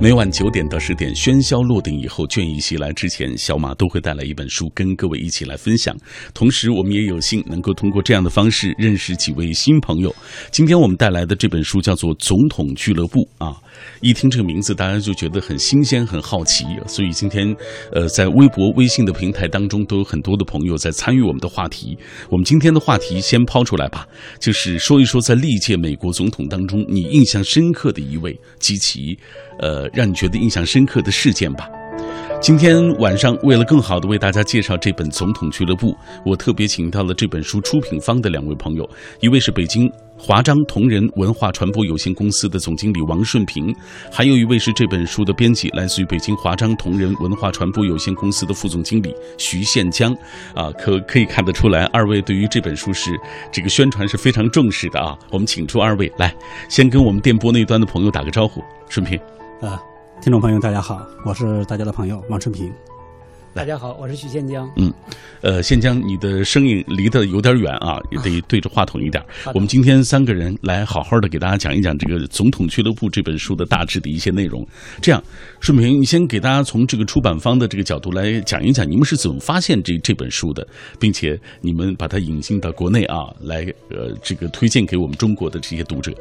每晚9点到10点，喧嚣落定以后，倦意袭来之前，小马都会带来一本书跟各位一起来分享。同时我们也有幸能够通过这样的方式认识几位新朋友。今天我们带来的这本书叫做《总统俱乐部》啊，一听这个名字大家就觉得很新鲜很好奇，所以今天在微博微信的平台当中都有很多的朋友在参与我们的话题。我们今天的话题先抛出来吧，就是说一说在历届美国总统当中你印象深刻的一位及其让你觉得印象深刻的事件吧。今天晚上为了更好的为大家介绍这本《总统俱乐部》，我特别请到了这本书出品方的2位朋友，一位是北京华章同仁文化传播有限公司的总经理王顺平，还有一位是这本书的编辑，来自于北京华章同仁文化传播有限公司的副总经理徐宪江。可以看得出来，2位对于这本书是这个宣传是非常重视的啊。我们请出2位来，先跟我们电波那端的朋友打个招呼。顺平， 听众朋友大家好，我是大家的朋友王顺平。 大家好，我是徐宪江。 宪江，你的声音离得有点远啊，也得对着话筒一点。我们今天3个人来好好的给大家讲一讲这个《总统俱乐部》这本书的大致的一些内容。这样，顺平，你先给大家从这个出版方的这个角度来讲一讲，你们是怎么发现这本书的，并且你们把它引进到国内啊，来这个推荐给我们中国的这些读者。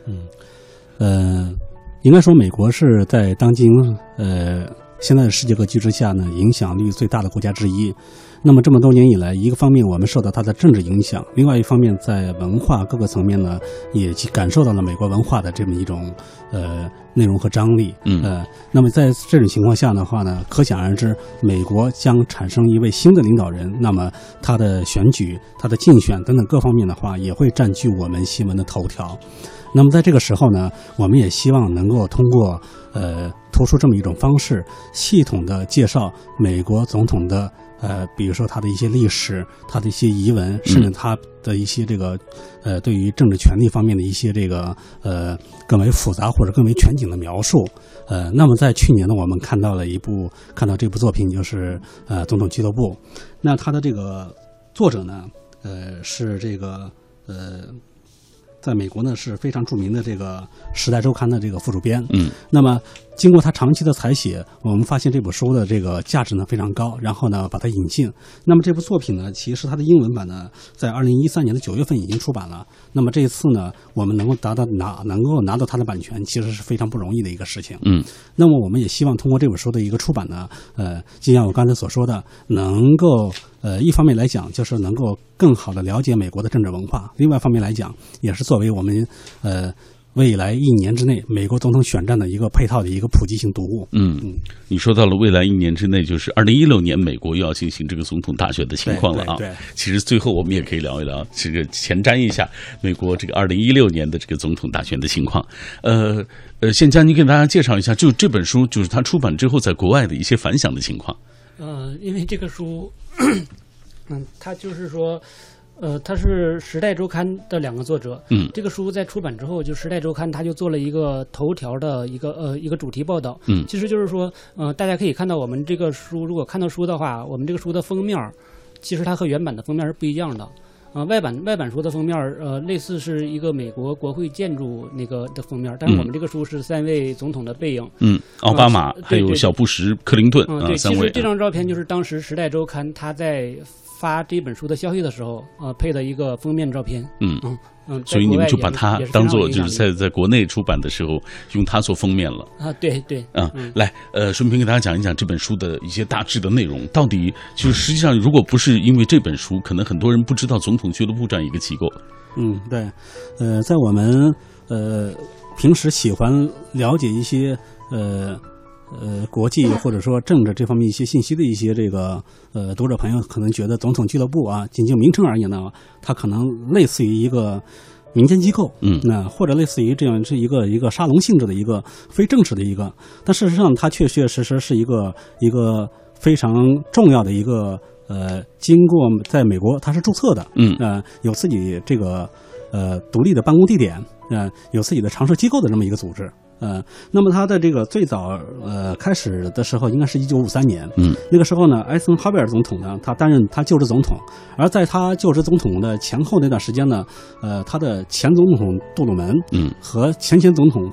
应该说美国是在当今现在的世界格局之下呢，影响力最大的国家之一。那么这么多年以来，一个方面我们受到它的政治影响，另外一方面在文化各个层面呢，也感受到了美国文化的这么一种内容和张力。那么在这种情况下的话呢，可想而知，美国将产生一位新的领导人，那么他的选举、他的竞选等等各方面的话，也会占据我们新闻的头条。那么在这个时候呢，我们也希望能够通过突出这么一种方式，系统的介绍美国总统的比如说他的一些历史，他的一些遗文，甚至他的一些这个对于政治权力方面的一些这个更为复杂或者更为全景的描述。那么在去年呢，我们看到这部作品，就是总统俱乐部。那他的这个作者呢，是这个在美国呢是非常著名的这个《时代周刊》的这个副主编。那么经过他长期的采写，我们发现这本书的这个价值呢非常高，然后呢把它引进。那么这部作品呢，其实它的英文版呢在2013年的9月份已经出版了。那么这一次呢，我们能够拿到它的版权，其实是非常不容易的一个事情。那么我们也希望通过这本书的一个出版呢，就像我刚才所说的，能够一方面来讲就是能够更好的了解美国的政治文化，另外一方面来讲也是作为我们未来1年之内美国总统选战的一个配套的一个普及性读物。 你说到了未来1年之内，就是2016年美国又要进行这个总统大选的情况了啊。 对， 其实最后我们也可以聊一聊，这个前瞻一下美国这个2016年的这个总统大选的情况。宪江，你给大家介绍一下，就这本书就是它出版之后在国外的一些反响的情况。 因为这个书，它就是说。他是《时代周刊》的2个作者。这个书在出版之后，就《时代周刊》他就做了一个头条的一个主题报道。其实就是说，大家可以看到我们这个书，如果看到书的话，我们这个书的封面，其实它和原版的封面是不一样的。外版书的封面，类似是一个美国国会建筑那个的封面，但是我们这个书是3位总统的背影。 奥巴马，还有小布什、克林顿对， 3位。 其实这张照片就是当时《时代周刊》他在发这本书的消息的时候，配的一个封面照片。 所以你们就把它当做就是在国内出版的时候用它做封面了啊。对。 来，顺平给大家讲一讲这本书的一些大致的内容。到底就是实际上，如果不是因为这本书，可能很多人不知道总统俱乐部这样一个机构。 对，在我们平时喜欢了解一些国际或者说政治这方面一些信息的一些这个读者朋友，可能觉得总统俱乐部啊，仅就名称而言呢，它可能类似于一个民间机构，那或者类似于这样是一个沙龙性质的一个非正式的一个，但事实上它确确实实是一个非常重要的一个经过在美国它是注册的，有自己这个独立的办公地点，有自己的常设机构的这么一个组织。那么他的这个最早开始的时候应该是1953年，那个时候呢，艾森豪威尔总统呢，他担任他就职总统，而在他就职总统的前后那段时间呢，他的前总统杜鲁门，和前总统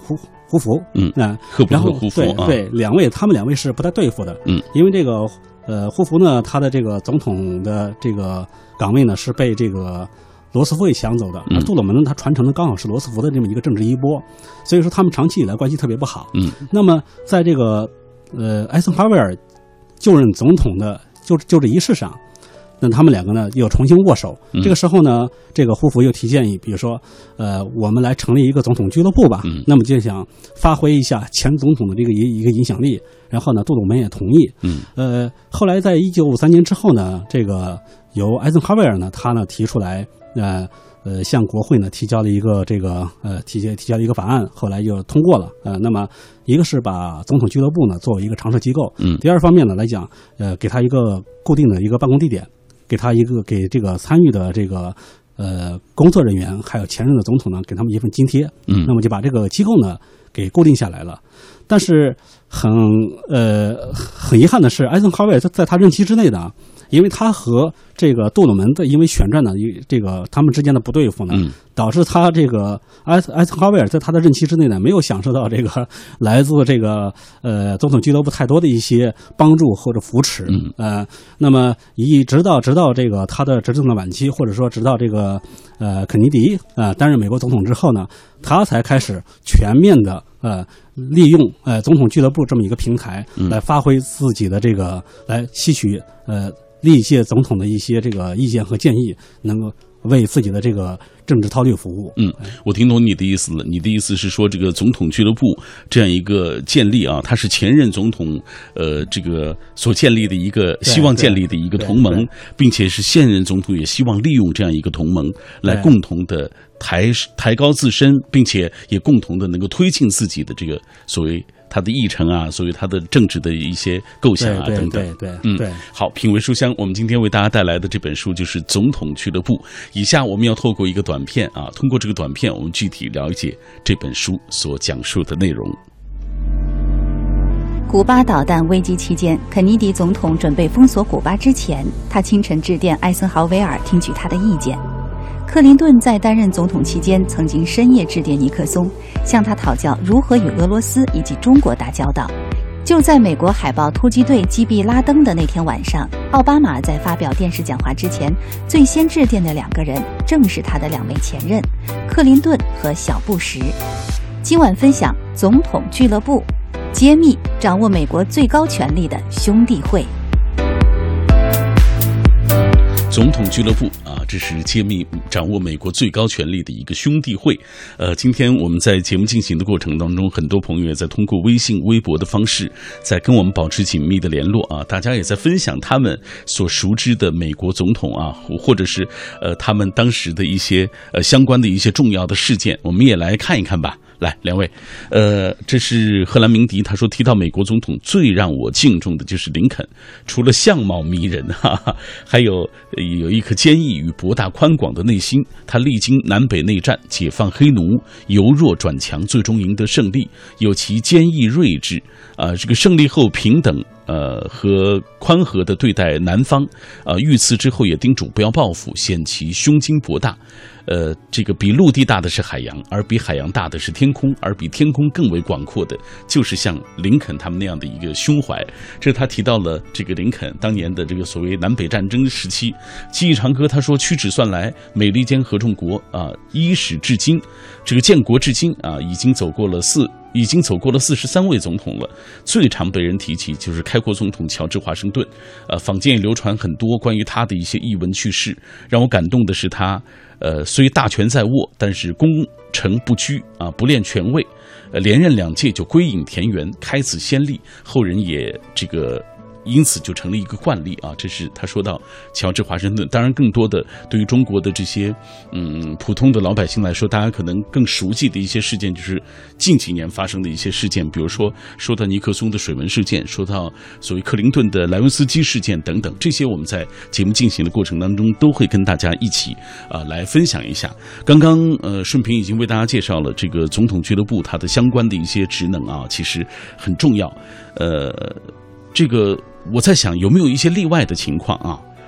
胡佛， 赫普特然后胡佛对，他们两位是不太对付的，因为这个胡佛呢，他的这个总统的这个岗位呢是被这个罗斯福给抢走的，而杜鲁门呢，他传承的刚好是罗斯福的这么一个政治衣钵，所以说他们长期以来关系特别不好。那么在这个艾森豪威尔就任总统的就职仪式上，那他们两个呢又重新握手。这个时候呢，这个胡佛又提建议，比如说我们来成立一个总统俱乐部吧。那么就想发挥一下前总统的这个一个影响力。然后呢，杜鲁门也同意。后来在1953年之后呢，这个由艾森豪威尔呢，他呢提出来向国会呢提交了一个提交了一个法案，后来又通过了。那么一个是把总统俱乐部呢作为一个常设机构，第二方面呢来讲，给他一个固定的一个办公地点，给这个参与的这个工作人员还有前任的总统呢，给他们一份津贴。那么就把这个机构呢给固定下来了。但是很遗憾的是，艾森豪威尔在他任期之内呢，因为他和这个杜鲁门的因为选战呢，这个他们之间的不对付呢，导致他这个艾森豪威尔在他的任期之内呢，没有享受到这个来自这个总统俱乐部太多的一些帮助或者扶持。那么直到这个他的执政的晚期，或者说直到这个肯尼迪担任美国总统之后呢，他才开始全面的利用总统俱乐部这么一个平台来发挥自己的这个来吸取历届总统的一些这个意见和建议，能够为自己的这个政治韬略服务。 我听懂你的意思了。你的意思是说，这个总统俱乐部这样一个建立啊，它是前任总统这个所建立的一个希望建立的一个同盟，并且是现任总统也希望利用这样一个同盟来共同的抬高自身，并且也共同的能够推进自己的这个所谓他的议程啊，所谓他的政治的一些构想啊等等。 对。 好，品味书香，我们今天为大家带来的这本书就是《总统俱乐部》。以下我们要透过一个短片啊，通过这个短片，我们具体了解这本书所讲述的内容。 古巴导弹危机期间，肯尼迪总统准备封锁古巴之前，他清晨致电艾森豪威尔，听取他的意见。克林顿在担任总统期间，曾经深夜致电尼克松，向他讨教如何与俄罗斯以及中国打交道。就在美国海豹突击队击毙拉登的那天晚上，奥巴马在发表电视讲话之前，最先致电的两个人正是他的两位前任，克林顿和小布什。今晚分享总统俱乐部，揭秘掌握美国最高权力的兄弟会。 总统俱乐部啊，这是揭秘掌握美国最高权力的一个兄弟会。今天我们在节目进行的过程当中，很多朋友也在通过微信、微博的方式，在跟我们保持紧密的联络啊。大家也在分享他们所熟知的美国总统啊，或者是他们当时的一些相关的一些重要的事件，我们也来看一看吧。来，两位，这是荷兰鸣笛，他说提到美国总统最让我敬重的就是林肯，除了相貌迷人还有一颗坚毅与博大宽广的内心。他历经南北内战，解放黑奴，由弱转强，最终赢得胜利，有其坚毅睿智这个胜利后平等和宽和的对待南方遇刺之后也叮嘱不要报复，显其胸襟博大。这个比陆地大的是海洋，而比海洋大的是天空，而比天空更为广阔的就是像林肯他们那样的一个胸怀。这他提到了这个林肯当年的这个所谓南北战争时期，记忆长歌他说屈指算来，美利坚合众国伊始至今，这个建国至今已经走过了43位总统了。最常被人提起就是开国总统乔治华盛顿，坊间也流传很多关于他的一些轶闻趣事。让我感动的是他虽大权在握，但是功成不居不恋权位，连任2届就归隐田园，开此先例，后人也这个因此就成了一个惯例这是他说到乔治华盛顿。当然更多的对于中国的这些普通的老百姓来说，大家可能更熟悉的一些事件就是近几年发生的一些事件，比如说到尼克松的水门事件，说到所谓克林顿的莱文斯基事件等等，这些我们在节目进行的过程当中都会跟大家一起来分享一下。刚刚顺平已经为大家介绍了这个总统俱乐部它的相关的一些职能其实很重要。这个我在想有没有一些例外的情况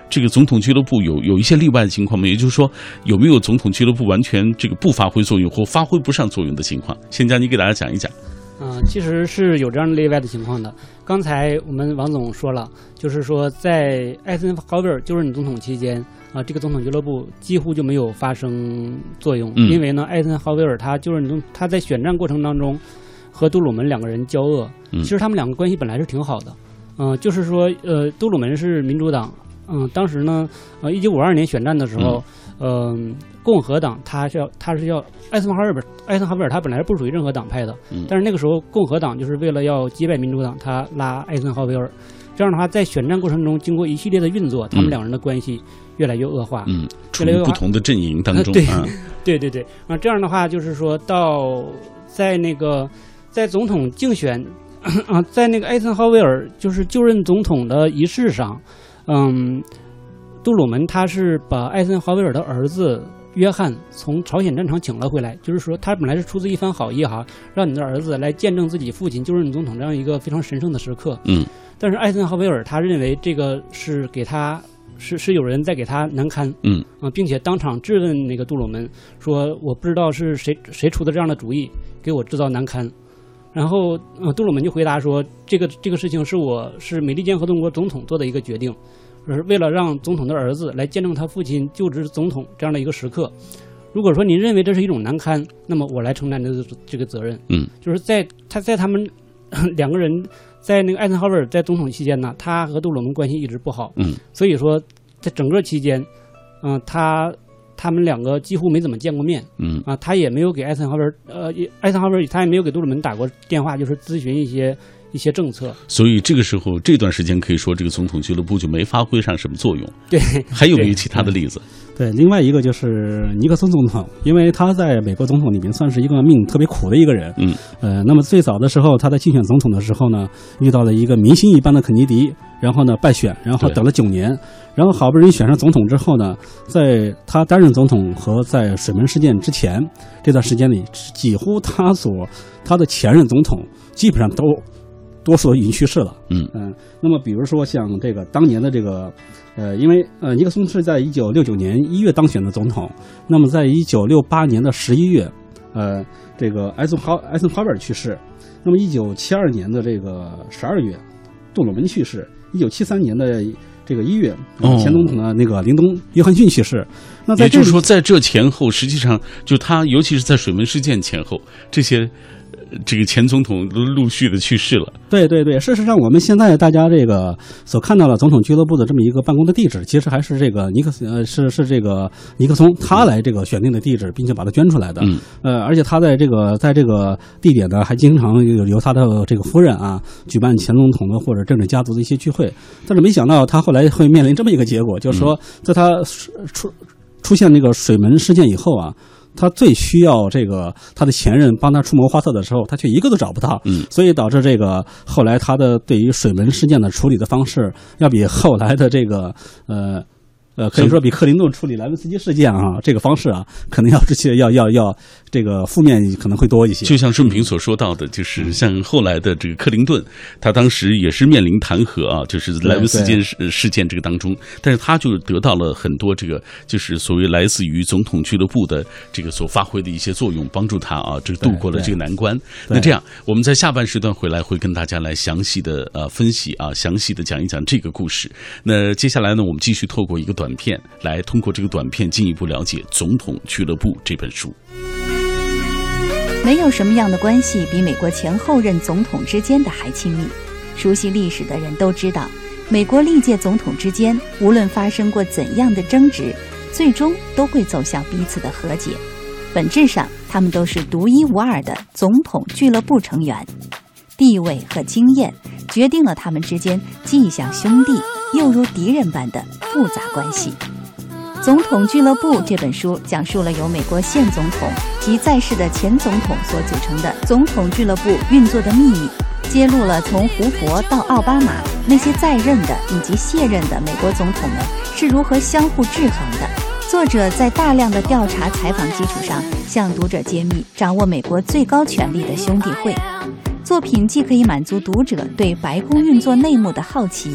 这个总统俱乐部有一些例外的情况吗？也就是说，有没有总统俱乐部完全这个不发挥作用或发挥不上作用的情况？先将你给大家讲一讲。 其实是有这样的例外的情况的。刚才我们王总说了，就是说在艾森豪威尔就任总统期间这个总统俱乐部几乎就没有发生作用，因为呢，艾森豪威尔他在选战过程当中和杜鲁门两个人交恶，其实他们两个关系本来是挺好的，就是说杜鲁门是民主党，当时呢，1952年选战的时候，共和党他是要艾森豪威尔他本来是不属于任何党派的，但是那个时候共和党就是为了要击败民主党，他拉艾森豪威尔，这样的话在选战过程中经过一系列的运作，他们两人的关系越来越恶化， 处于不同的阵营当中， 对，这样的话就是说到在总统竞选在那个艾森豪威尔就是就任总统的仪式上，杜鲁门他是把艾森豪威尔的儿子约翰从朝鲜战场请了回来，就是说他本来是出自一番好意让你的儿子来见证自己父亲就任总统这样一个非常神圣的时刻。但是艾森豪威尔他认为这个是给他是有人在给他难堪，并且当场质问那个杜鲁门说，我不知道是谁出的这样的主意给我制造难堪。然后杜鲁门就回答说，这个事情是美利坚合众国总统做的一个决定，是为了让总统的儿子来见证他父亲就职总统这样的一个时刻。如果说您认为这是一种难堪，那么我来承担这个责任。就是在他们两个人在那个艾森豪威尔在总统期间呢，他和杜鲁门关系一直不好，所以说在整个期间，他们两个几乎没怎么见过面，他也没有给艾森豪威尔他也没有给杜鲁门打过电话，就是咨询一些政策。 所以这个时候这段时间可以说这个总统俱乐部就没发挥上什么作用。 对， 还有没有其他的例子？ 对，另外一个就是尼克松总统，因为他在美国总统里面算是一个命特别苦的一个人。那么最早的时候他在竞选总统的时候呢，遇到了一个明星一般的肯尼迪，然后呢败选，然后等了9年，然后好不容易选上总统之后呢，在他担任总统和在水门事件之前这段时间里，几乎他的前任总统基本上多数已经去世了。那么比如说像这个当年的这个因为尼克松是在1969年1月当选的总统，那么在1968年的11月这个艾森豪威尔去世，那么1972年的这个12月杜鲁门去世，1973年的这个1月前总统的那个林东约翰逊去世。那在也就是说在这前后实际上就他尤其是在水门事件前后这个前总统都陆续的去世了。 对，事实上我们现在大家这个所看到的总统俱乐部的这么一个办公的地址，其实还是这个是这个尼克松他来这个选定的地址，并且把它捐出来的。而且他在这个地点呢，还经常由他的这个夫人举办前总统的或者政治家族的一些聚会。但是没想到他后来会面临这么一个结果，就是说在他出现这个水门事件以后他最需要他的前任帮他出谋划策的时候，他却一个都找不到。所以导致后来他的对于水门事件的处理的方式，要比后来的可以说比克林顿处理莱文斯基事件这个方式可能要这个负面可能会多一些。 就像顺平所说到的，就是像后来的这个克林顿，他当时也是面临弹劾就是莱文斯基事件这个当中，但是他就得到了很多就是所谓来自于总统俱乐部的这个所发挥的一些作用，帮助他这个度过了这个难关。那这样我们在下半时段回来会跟大家来详细的分析详细的讲一讲这个故事。那接下来呢，我们继续透过一个短片来通过这个短片进一步了解《总统俱乐部》这本书。 没有什么样的关系比美国前后任总统之间的还亲密。熟悉历史的人都知道，美国历届总统之间无论发生过怎样的争执，最终都会走向彼此的和解。本质上他们都是独一无二的总统俱乐部成员，地位和经验决定了他们之间既像兄弟又如敌人般的复杂关系。《总统俱乐部》这本书讲述了由美国现总统及在世的前总统所组成的总统俱乐部运作的秘密，揭露了从胡佛到奥巴马那些在任的以及卸任的美国总统们是如何相互制衡的。作者在大量的调查采访基础上，向读者揭秘掌握美国最高权力的兄弟会。作品既可以满足读者对白宫运作内幕的好奇，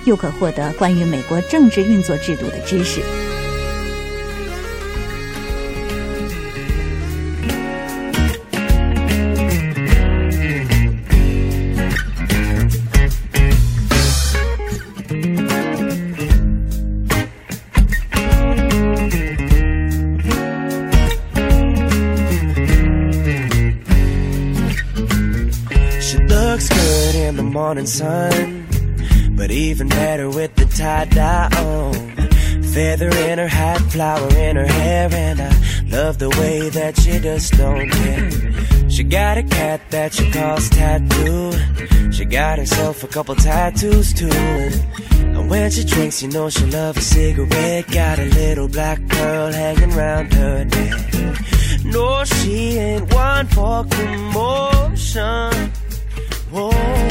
又可获得关于美国政治运作制度的知识。 Morning sun, but even better with the tie-dye on. Feather in her hat, flower in her hair, and I love the way that she just don't care. She got a cat that she calls Tattoo. She got herself a couple tattoos too. And when she drinks, you know she loves a cigarette. Got a little black pearl hanging round her neck. No, she ain't one for commotion. Whoa.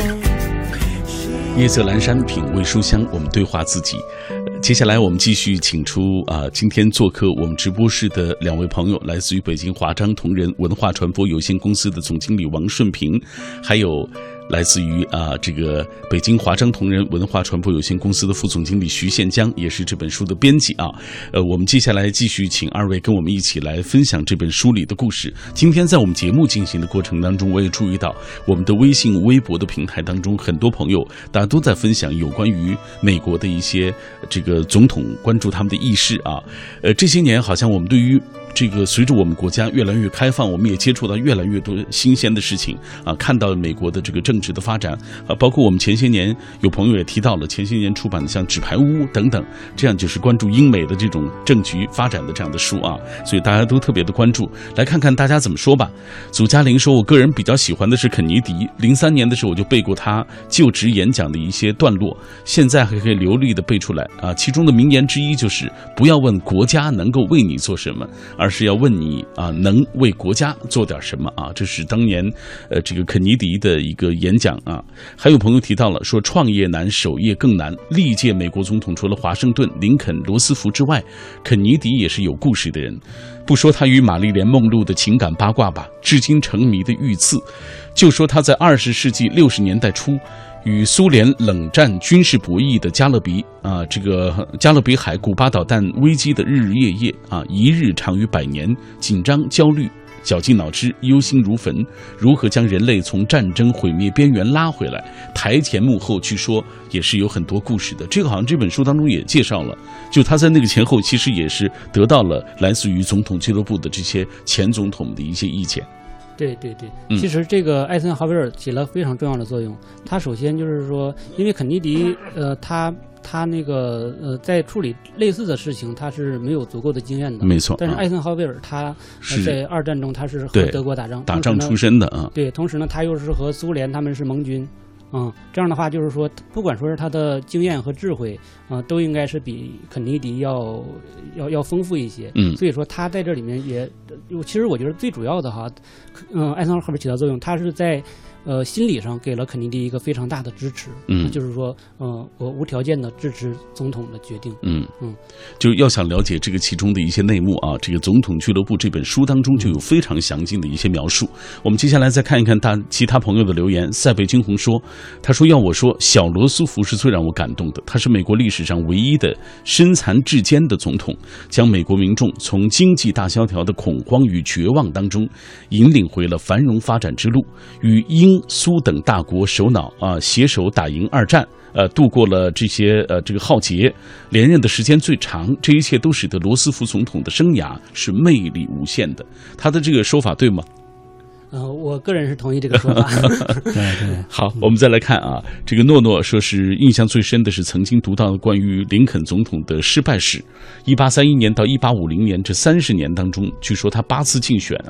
夜色阑珊，品味书香，我们对话自己。接下来我们继续请出今天做客我们直播室的两位朋友，来自于北京华章同仁文化传播有限公司的总经理王顺平，还有来自于这个北京华章同仁文化传播有限公司的副总经理徐宪江，也是这本书的编辑啊。我们接下来继续请二位跟我们一起来分享这本书里的故事。今天在我们节目进行的过程当中，我也注意到我们的微信、微博的平台当中，很多朋友大家都在分享有关于美国的一些这个总统，关注他们的轶事啊。这些年好像我们对于这个随着我们国家越来越开放，我们也接触到越来越多新鲜的事情啊，看到美国的这个政治的发展啊，包括我们前些年有朋友也提到了前些年出版的像《纸牌屋》等等，这样就是关注英美的这种政局发展的这样的书啊，所以大家都特别的关注。来看看大家怎么说吧。祖嘉玲说，我个人比较喜欢的是肯尼迪，03年的时候我就背过他就职演讲的一些段落，现在还可以流利的背出来啊。其中的名言之一就是不要问国家能够为你做什么，而是要问你能为国家做点什么啊？这是当年这个肯尼迪的一个演讲啊。还有朋友提到了说，创业难，守业更难。历届美国总统除了华盛顿、林肯、罗斯福之外，肯尼迪也是有故事的人。不说他与玛丽莲·梦露的情感八卦吧，至今沉迷的遇刺，就说他在20世纪60年代初与苏联冷战军事博弈的加勒比海古巴导弹危机的日日夜夜啊，一日长于100年，紧张焦虑，绞尽脑汁，忧心如焚，如何将人类从战争毁灭边缘拉回来？台前幕后据说也是有很多故事的。这个好像这本书当中也介绍了，就他在那个前后其实也是得到了来自于总统俱乐部的这些前总统的一些意见。 对对对，其实这个艾森豪威尔起了非常重要的作用。他首先就是说，因为肯尼迪他那个在处理类似的事情，他是没有足够的经验的， 没错。 但是艾森豪威尔他在二战中他是和德国打仗出身的啊。 对，同时呢，他又是和苏联他们是盟军。这样的话就是说，不管说是他的经验和智慧都应该是比肯尼迪要丰富一些。所以说他在这里面也，其实我觉得最主要的哈，艾森豪威尔起到作用，他是在心理上给了肯尼迪一个非常大的支持。就是说我无条件的支持总统的决定。 就要想了解这个其中的一些内幕啊，这个《总统俱乐部》这本书当中就有非常详尽的一些描述。我们接下来再看一看其他朋友的留言。塞北惊鸿说，他说要我说，小罗斯福是最让我感动的，他是美国历史上唯一的身残志坚的总统，将美国民众从经济大萧条的恐慌与绝望当中引领回了繁荣发展之路，与英苏等大国首脑携手打赢二战，度过了这个浩劫，连任的时间最长，这一切都使得罗斯福总统的生涯是魅力无限的。他的这个说法对吗？ 我个人是同意这个说法。 对。 好，我们再来看啊，这个诺诺说是印象最深的是曾经读到关于林肯总统的失败史。1831年到1850年这30年当中，据说他8次竞选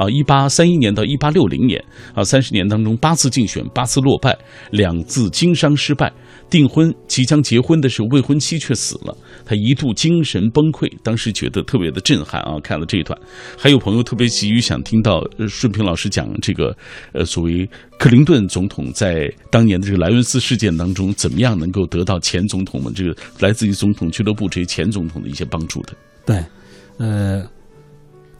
1831年到1860年30年当中8次竞选8次落败，2次经商失败，订婚即将结婚的是未婚妻却死了，他一度精神崩溃，当时觉得特别的震撼啊！看了这一段，还有朋友特别急于想听到顺平老师讲这个所谓克林顿总统在当年的这个莱文斯事件当中怎么样能够得到前总统们这个来自于总统俱乐部这些前总统的一些帮助的。 对，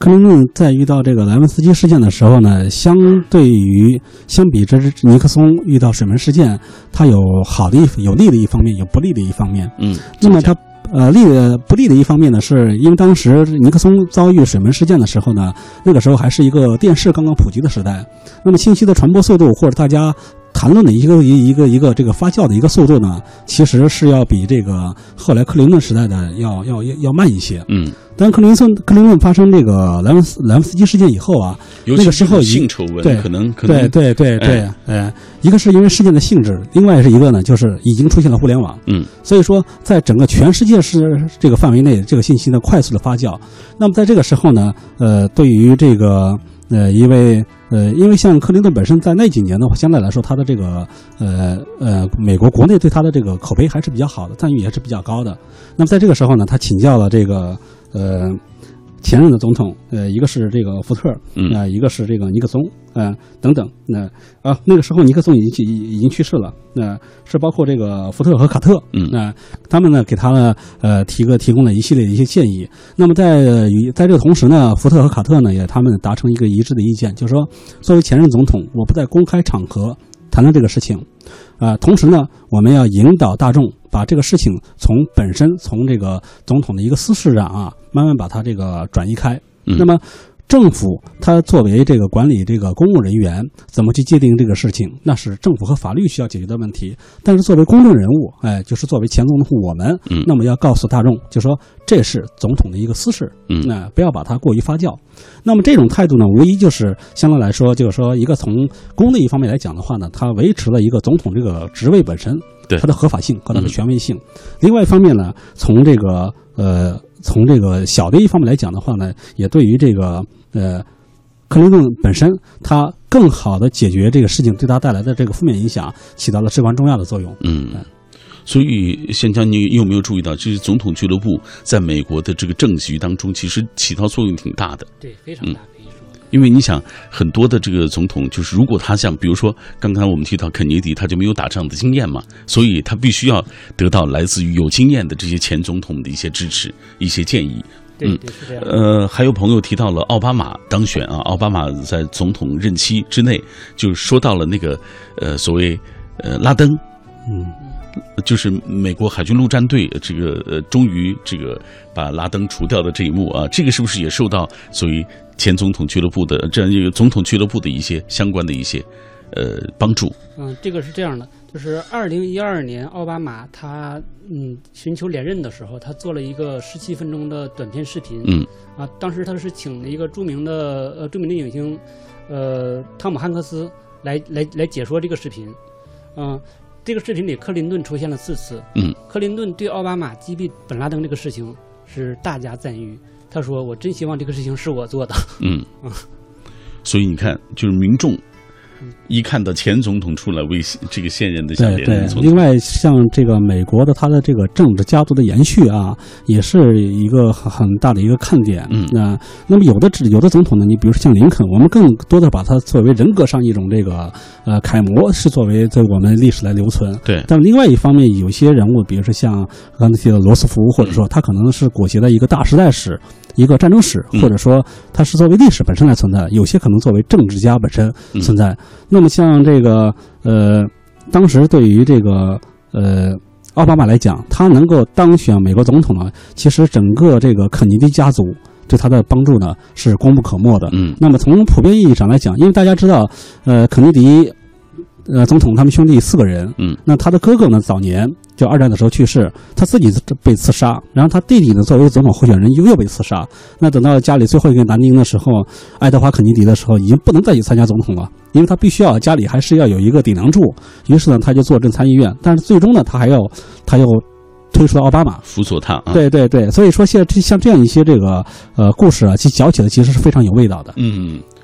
克林顿在遇到这个莱文斯基事件的时候呢，相比之尼克松遇到水门事件，它有有利的一方面，有不利的一方面。那么它不利的一方面呢，是因为当时尼克松遭遇水门事件的时候呢，那个时候还是一个电视刚刚普及的时代，那么信息的传播速度或者大家谈论的一个这个发酵的一个速度呢，其实是要比这个后来克林顿时代的要慢一些。当克林顿发生这个莱文斯基事件以后啊，那个时候性丑闻可能对，一个是因为事件的性质，另外是一个呢就是已经出现了互联网。所以说在整个全世界是这个范围内，这个信息呢快速的发酵。那么在这个时候呢，对于这个因为像克林顿本身在那几年的话，相对来说他的这个美国国内对他的这个口碑还是比较好的，赞誉也是比较高的。那么在这个时候呢，他请教了这个前任的总统，一个是这个福特，一个是这个尼克松，等等。那个时候尼克松已经去世了，是包括这个福特和卡特，他们呢给他呢提供了一系列的一些建议。那么在这个同时呢，福特和卡特呢也他们达成一个一致的意见，就是说作为前任总统，我不在公开场合谈论这个事情，同时呢，我们要引导大众把这个事情从这个总统的一个私事上啊，慢慢把它这个转移开。那么政府它作为这个管理这个公务人员，怎么去界定这个事情，那是政府和法律需要解决的问题。但是作为公众人物，就是作为前总统我们，那么要告诉大众，就说这是总统的一个私事，不要把它过于发酵。那么这种态度呢，无疑就是相对来说，就是说一个从公的一方面来讲的话呢，它维持了一个总统这个职位本身它的合法性和它的权威性。另外一方面呢，从这个小的一方面来讲的话呢，也对于这个克林顿本身，他更好的解决这个事情对他带来的这个负面影响，起到了至关重要的作用。 所以现在你有没有注意到，就是总统俱乐部在美国的这个政局当中，其实起到作用挺大的。 对，非常大，可以说。 因为你想，很多的这个总统，就是如果他像比如说刚刚我们提到肯尼迪，他就没有打仗的经验嘛，所以他必须要得到来自于有经验的这些前总统的一些支持、一些建议。 对，是这样。 还有朋友提到了奥巴马当选啊，奥巴马在总统任期之内，就说到了那个所谓拉登，就是美国海军陆战队这个终于这个把拉登除掉的这一幕啊，这个是不是也受到所谓前总统俱乐部的这样一个总统俱乐部的一些相关的一些帮助？ 这个是这样的，就是2012年奥巴马他寻求连任的时候，他做了一个17分钟的短片视频。当时他是请了一个著名的影星汤姆汉克斯来解说这个视频。这个视频里克林顿出现了4次。克林顿对奥巴马击毙本拉登这个事情是大加赞誉，他说我真希望这个事情是我做的。 所以你看，就是民众一看到前总统出来为这个现任的想连任总统， 另外像这个美国的他的这个政治家族的延续啊，也是一个很大的一个看点。那么有的总统呢，你比如说像林肯，我们更多的把他作为人格上一种这个楷模，是作为在我们历史来留存。 对。 但另外一方面，有些人物，比如说像刚才提到罗斯福，或者说他可能是裹挟的一个大时代史、一个战争史，或者说它是作为历史本身来存在，有些可能作为政治家本身存在。那么像这个当时对于这个奥巴马来讲，他能够当选美国总统呢，其实整个这个肯尼迪家族对他的帮助呢是功不可没的。那么从普遍意义上来讲，因为大家知道肯尼迪总统他们兄弟4个人，那他的哥哥呢早年就2战的时候去世，他自己被刺杀，然后他弟弟呢作为总统候选人又被刺杀。那等到家里最后一个男丁的时候，爱德华肯尼迪的时候，已经不能再去参加总统了，因为他必须要家里还是要有一个顶梁柱。于是呢，他就坐镇参议院，但是最终呢，他又推出了奥巴马辅佐他。 对，所以说像这样一些这个故事啊，其搅起来其实是非常有味道的。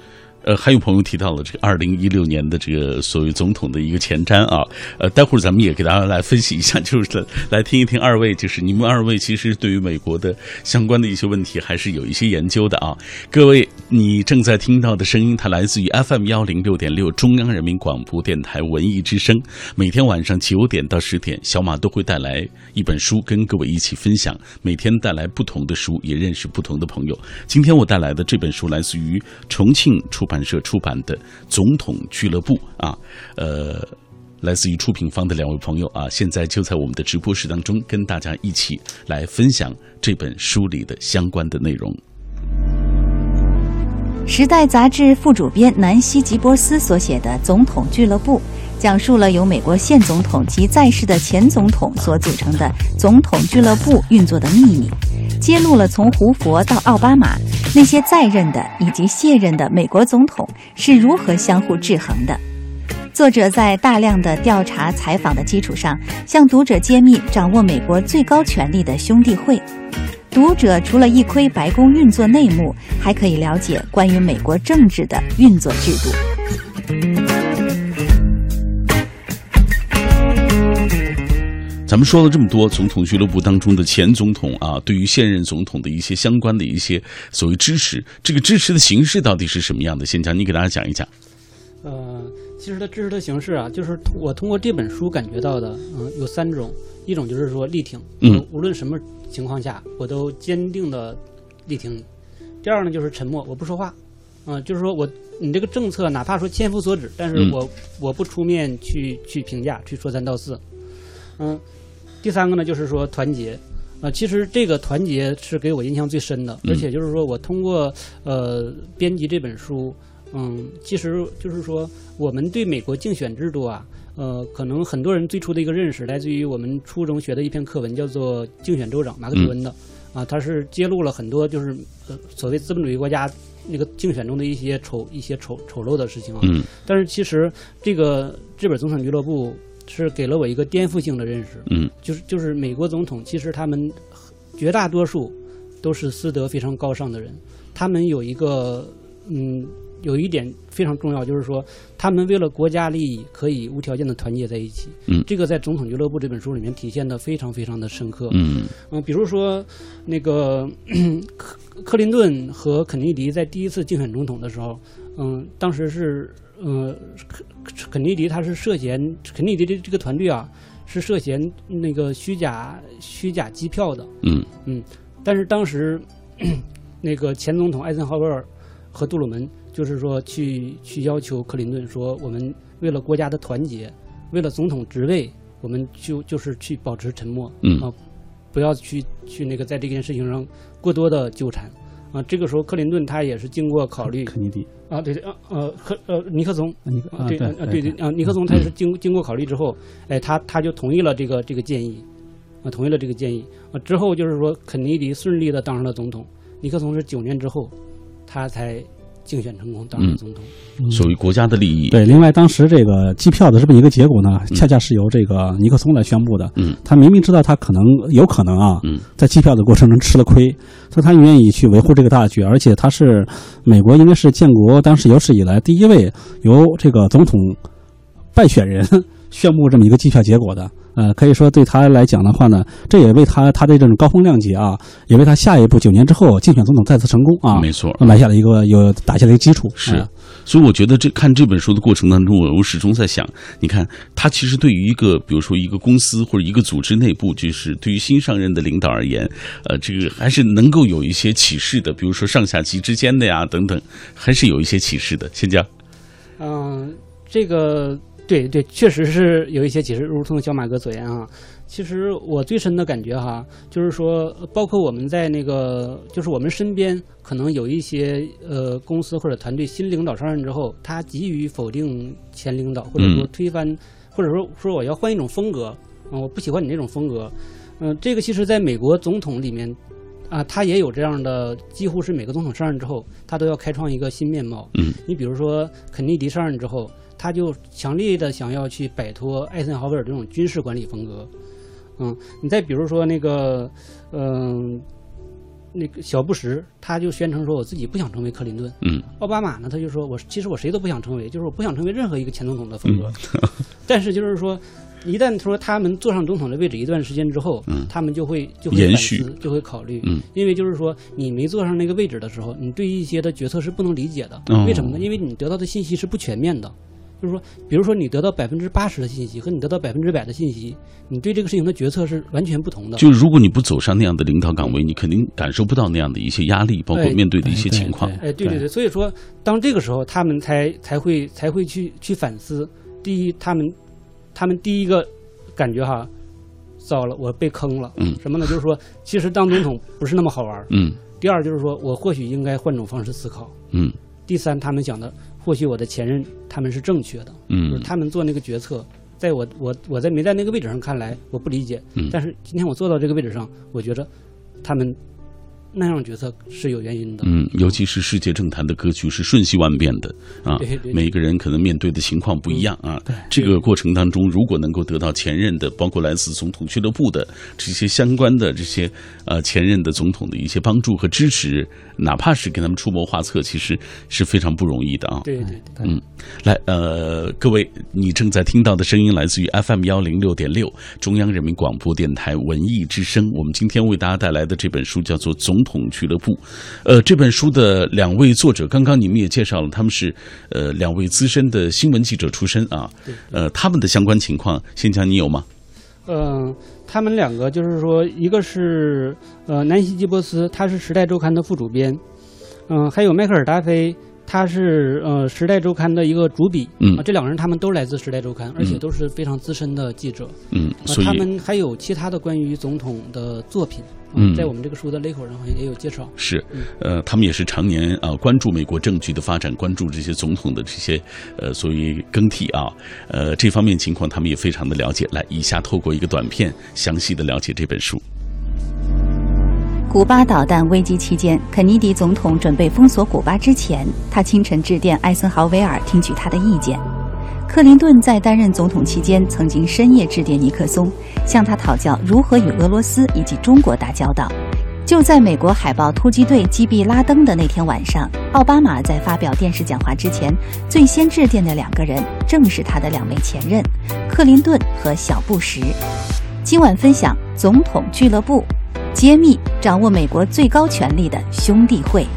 还有朋友提到了这个2016年的这个所谓总统的一个前瞻啊，待会儿咱们也给大家来分析一下，就是来听一听二位，就是你们二位其实对于美国的相关的一些问题还是有一些研究的啊。各位，你正在听到的声音，它来自于 FM106.6 中央人民广播电台文艺之声，每天晚上9点到10点，小马都会带来一本书跟各位一起分享，每天带来不同的书，也认识不同的朋友。今天我带来的这本书来自于重庆出版社出版的《总统俱乐部》啊，来自于出品方的2位朋友啊，现在就在我们的直播室当中跟大家一起来分享这本书里的相关的内容。 时代杂志副主编南希·吉伯斯所写的《总统俱乐部》，讲述了由美国现总统及在世的前总统所组成的总统俱乐部运作的秘密，揭露了从胡佛到奥巴马那些在任的以及卸任的美国总统是如何相互制衡的。作者在大量的调查采访的基础上，向读者揭秘掌握美国最高权力的兄弟会。读者除了一窥白宫运作内幕，还可以了解关于美国政治的运作制度。 咱们说了这么多总统俱乐部当中的前总统啊，对于现任总统的一些相关的一些所谓支持，这个支持的形式到底是什么样的？先讲，你给大家讲一讲。 其实它支持的形式啊，就是我通过这本书感觉到的，有3种，一种就是说力挺，无论什么情况下我都坚定的力挺你。第二呢，就是沉默，我不说话，就是说你这个政策哪怕说千夫所指，但是我不出面去评价，去说3道4。第3个呢，就是说团结。其实这个团结是给我印象最深的，而且就是说我通过编辑这本书，其实就是说我们对美国竞选制度啊，可能很多人最初的一个认识来自于我们初中学的一篇课文，叫做《竞选州长》，马克吐温的。它是揭露了很多就是所谓资本主义国家那个竞选中的一些丑陋的事情啊。但是其实这本总统俱乐部是给了我一个颠覆性的认识。就是美国总统其实他们绝大多数都是私德非常高尚的人，他们有一点非常重要，就是说他们为了国家利益可以无条件的团结在一起。这个在《总统俱乐部》这本书里面体现的非常非常的深刻。比如说那个克林顿和肯尼迪在第一次竞选总统的时候，当时是肯尼迪他是涉嫌，肯尼迪的这个团队啊是涉嫌那个虚假机票的。但是当时那个前总统艾森豪威尔和杜鲁门就是说去要求克林顿说，我们为了国家的团结，为了总统职位，我们就是去保持沉默，不要去那个在这件事情上过多的纠缠。这个时候克林顿他也是经过考虑， 肯尼迪尼克松，尼克松他是经过考虑之后，他就同意了这个建议，同意了这个建议。之后就是说肯尼迪顺利的当上了总统，尼克松是9年之后他才竞选成功当上总统。 属于国家的利益。 对，另外当时这个机票的这么一个结果呢，恰恰是由这个尼克松来宣布的。他明明知道他有可能啊，在机票的过程中吃了亏，所以他愿意去维护这个大局，而且他是美国应该是建国当时有史以来第一位由这个总统败选人宣布这么一个机票结果的。可以说对他来讲的话呢，这也为他的这种高风亮节啊，也为他下一步9年之后竞选总统再次成功啊， 没错， 打下了一个基础。 是，所以我觉得看这本书的过程当中，我始终在想，你看他其实对于比如说一个公司或者一个组织内部，就是对于新上任的领导而言，这个还是能够有一些启示的，比如说上下级之间的呀等等，还是有一些启示的。先讲， 这个。对，确实是有一些启示，如同小马哥所言啊。其实我最深的感觉哈，就是说，包括我们在那个，就是我们身边可能有一些公司或者团队新领导上任之后，他急于否定前领导，或者说推翻，或者说我要换一种风格，我不喜欢你这种风格。这个其实在美国总统里面啊，他也有这样的，几乎是每个总统上任之后，他都要开创一个新面貌。你比如说肯尼迪上任之后，他就强烈的想要去摆脱艾森豪威尔这种军事管理风格。你再比如说那个那个小布什他就宣称说我自己不想成为克林顿，奥巴马呢他就说其实我谁都不想成为，就是我不想成为任何一个前总统的风格，但是就是说一旦说他们坐上总统的位置一段时间之后，他们就会反思，就会考虑，因为就是说你没坐上那个位置的时候，你对一些的决策是不能理解的，为什么呢？因为你得到的信息是不全面的。就是说，比如说你得到80%的信息和你得到100%的信息，你对这个事情的决策是完全不同的。 就如果你不走上那样的领导岗位，你肯定感受不到那样的一些压力，包括面对的一些情况。 对，所以说，当这个时候，他们才会去反思。第一，他们第一个感觉哈，糟了，我被坑了。什么呢？就是说，其实当总统不是那么好玩。第二就是说我或许应该换种方式思考。第三，他们想的。或许我的前任他们是正确的，就是他们做那个决策，在我在没在那个位置上看来我不理解，但是今天我坐到这个位置上，我觉得他们那样决策是有原因的。 尤其是世界政坛的格局是瞬息万变的啊， 对， 每个人可能面对的情况不一样啊。这个过程当中，如果能够得到前任的，包括来自总统俱乐部的这些相关的这些前任的总统的一些帮助和支持，哪怕是给他们出谋划策，其实是非常不容易的啊。 对。 来，各位，你正在听到的声音来自于 FM106.6 中央人民广播电台文艺之声。我们今天为大家带来的这本书叫做《总统俱乐部》。这本书的两位作者，刚刚你们也介绍了，他们是两位资深的新闻记者出身啊。他们的相关情况，先讲你有吗？ 他们两个就是说，一个是南希·基伯斯，他是《时代周刊》的副主编，还有迈克尔·达菲。他是时代周刊的一个主笔，这两个人他们都来自时代周刊，而且都是非常资深的记者， 所以他们还有其他的关于总统的作品，在我们这个书的勒口上好像也有介绍。 是，他们也是常年关注美国政局的发展，关注这些总统的这些所谓更替啊，这方面情况他们也非常的了解。来，以下透过一个短片详细的了解这本书。 古巴导弹危机期间，肯尼迪总统准备封锁古巴之前，他清晨致电艾森豪威尔听取他的意见。克林顿在担任总统期间，曾经深夜致电尼克松，向他讨教如何与俄罗斯以及中国打交道。就在美国海豹突击队击毙拉登的那天晚上，奥巴马在发表电视讲话之前，最先致电的两个人正是他的两位前任，克林顿和小布什。今晚分享《总统俱乐部》，揭秘掌握美国最高权力的兄弟会。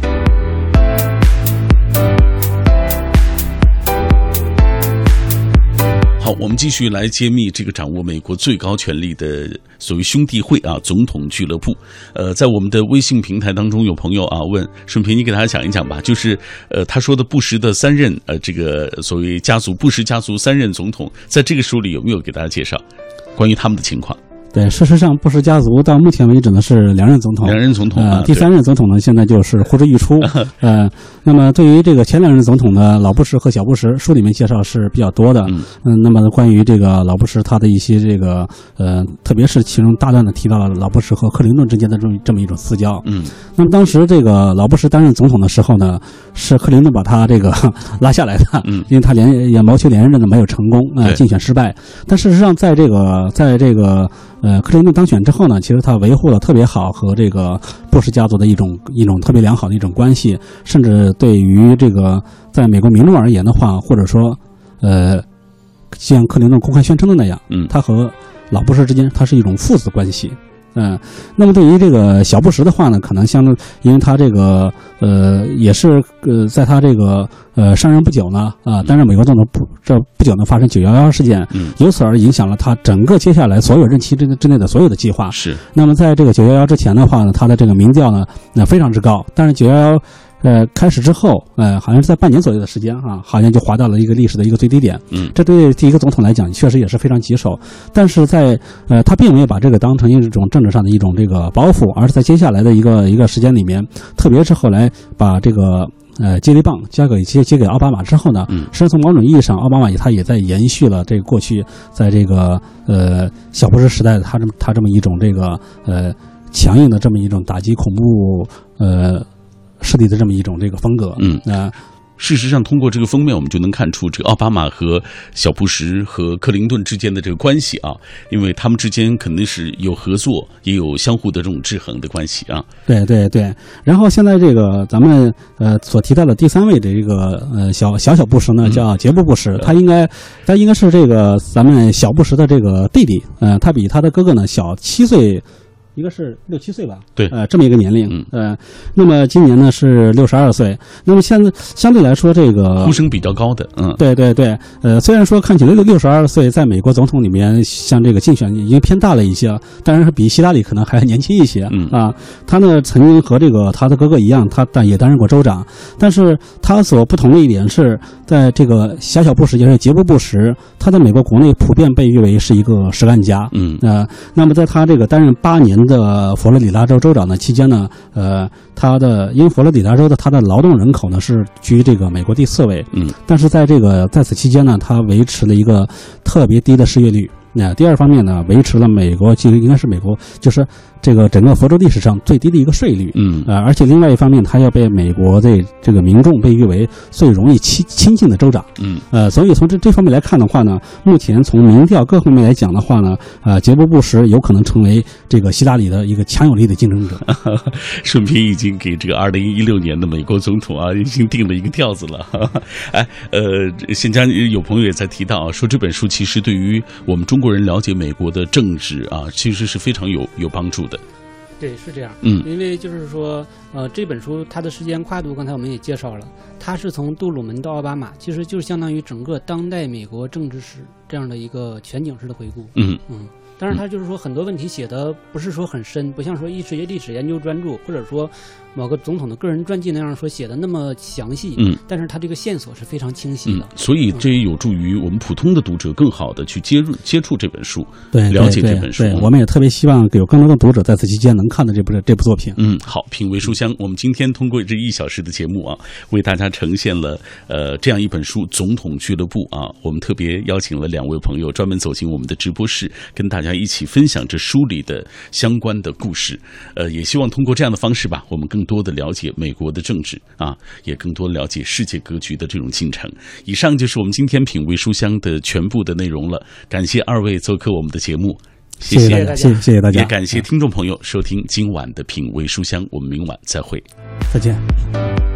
好，我们继续来揭秘这个掌握美国最高权力的所谓兄弟会啊，总统俱乐部。在我们的微信平台当中，有朋友啊问顺平，你给大家讲一讲吧，就是他说的布什的三任这个所谓家族，布什家族三任总统，在这个书里有没有给大家介绍关于他们的情况？ 对，事实上，布什家族到目前为止呢是两任总统，第三任总统呢现在就是呼之欲出。那么对于这个前两任总统呢，老布什和小布什，书里面介绍是比较多的。那么关于这个老布什他的一些这个特别是其中大段的提到了老布什和克林顿之间的这么一种私交。那么当时这个老布什担任总统的时候呢，是克林顿把他这个拉下来的，因为他也谋求连任的没有成功，竞选失败。但事实上在这个克林顿当选之后呢，其实他维护了特别好和这个布什家族的一种特别良好的一种关系，甚至对于这个在美国民众而言的话，或者说像克林顿公开宣称的那样，他和老布什之间他是一种父子关系。那么对于这个小布什的话呢，可能因为他这个也是在他这个上任不久呢担任美国总统不久呢发生911事件，由此而影响了他整个接下来所有任期之内的所有的计划。 是。 那么在这个911之前的话呢，他的这个民调呢非常之高，但是911开始之后，好像是在半年左右的时间好像就滑到了一个历史的一个最低点。这对第一个总统来讲，确实也是非常棘手。但是在他并没有把这个当成一种政治上的一种这个包袱，而是在接下来的一个时间里面，特别是后来把这个接力棒交给奥巴马之后呢，实际上从某种意义上，奥巴马他也在延续了这个过去在这个小布什时代的他这么一种这个强硬的这么一种打击恐怖势力的这么一种这个风格。 事实上，通过这个封面，我们就能看出这个奥巴马和小布什和克林顿之间的这个关系啊，因为他们之间肯定是有合作，也有相互的这种制衡的关系啊。 对对对。然后现在这个咱们所提到的第3位的这个小布什呢，叫杰布布什，他应该是这个咱们小布什的这个弟弟，他比他的哥哥呢小7岁。一个是6、7岁吧， 对， 这么一个年龄，那么今年呢是62岁，那么现在相对来说这个呼声比较高的， 对对对，虽然说看起来62岁在美国总统里面，像这个竞选已经偏大了一些，但是比希拉里可能还年轻一些，他呢曾经和这个他的哥哥一样，但也担任过州长，但是他所不同的一点是在这个小布什，也就是杰布布什，他在美国国内普遍被誉为是一个实干家，那么在他这个担任8年的佛罗里达州州长的期间呢，因为佛罗里达州的他的劳动人口呢是居这个美国第4位，但是在此期间呢，他维持了一个特别低的失业率。第二方面呢，维持了美国应该是美国就是这个整个佛州历史上最低的一个税率，而且另外一方面，他要被美国的这个民众被誉为最容易亲近的州长，所以从这方面来看的话呢，目前从民调各方面来讲的话呢，杰布布什有可能成为这个希拉里的一个强有力的竞争者。 顺便已经给这个2016年的美国总统啊，已经定了一个调子了。现在有朋友也在提到啊，说这本书其实对于我们中国人了解美国的政治啊，其实是非常有帮助的。 对，是这样。因为就是说，这本书它的时间跨度，刚才我们也介绍了，它是从杜鲁门到奥巴马，其实就是相当于整个当代美国政治史这样的一个全景式的回顾。当然，他就是说很多问题写的不是说很深，不像说历史研究专著，或者说某个总统的个人传记那样说写的那么详细。但是他这个线索是非常清晰的。所以这也有助于我们普通的读者更好的去接触这本书， 对， 了解这本书。 对，我们也特别希望有更多的读者在此期间能看到这部作品。 好，品味书香，我们今天通过这1小时的节目啊，为大家呈现了这样一本书《总统俱乐部》啊，我们特别邀请了2位朋友专门走进我们的直播室，跟大家一起分享这书里的相关的故事。也希望通过这样的方式吧，我们更多的了解美国的政治啊，也更多了解世界格局的这种进程。以上就是我们今天品味书香的全部的内容了，感谢2位做客我们的节目，谢谢大家， 也感谢听众朋友收听今晚的品味书香，我们明晚再会， 再见。